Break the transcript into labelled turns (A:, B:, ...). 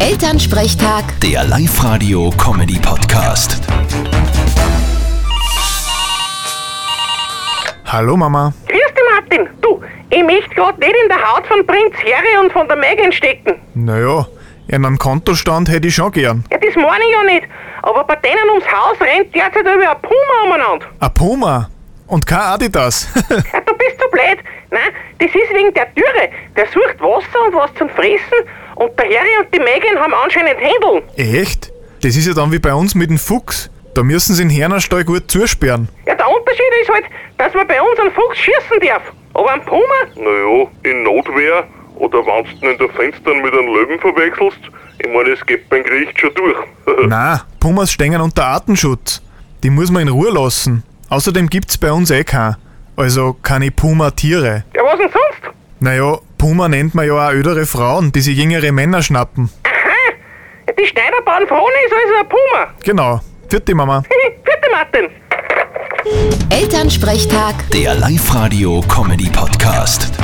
A: Elternsprechtag,
B: Der Live-Radio-Comedy-Podcast.
C: Hallo Mama.
D: Grüß dich, Martin. Du, ich möchte gerade nicht in der Haut von Prinz Harry und von der Meghan stecken.
C: Naja, einen Kontostand hätte ich schon gern.
D: Ja, das meine ich ja nicht. Aber bei denen ums Haus rennt derzeit über ein Puma umeinander.
C: Ein Puma und kein Adidas.
D: Ja, du bist so blöd. Nein, das ist wegen der Dürre. Der sucht Wasser und was zum Fressen und der Harry und die Meghan haben anscheinend Händeln.
C: Echt? Das ist ja dann wie bei uns mit dem Fuchs. Da müssen sie den Hähnerstall gut zusperren.
D: Ja, der Unterschied ist halt, dass man bei uns einen Fuchs schießen darf. Aber einen Puma?
E: Naja, in Notwehr oder wenn du in den Fenstern mit einem Löwen verwechselst, ich meine, es geht beim Gericht schon durch.
C: Na, Pumas stehen unter Artenschutz. Die muss man in Ruhe lassen. Außerdem gibt's bei uns keinen. Also keine Puma-Tiere.
D: Ja, was denn sonst?
C: Naja, Puma nennt man ja auch ältere Frauen, die sich jüngere Männer schnappen.
D: Aha, ja, die Schneiderbauernfrone ist also ein Puma.
C: Genau. Vierte Mama.
D: Vierte Martin.
A: Elternsprechtag.
B: Der Live-Radio-Comedy-Podcast.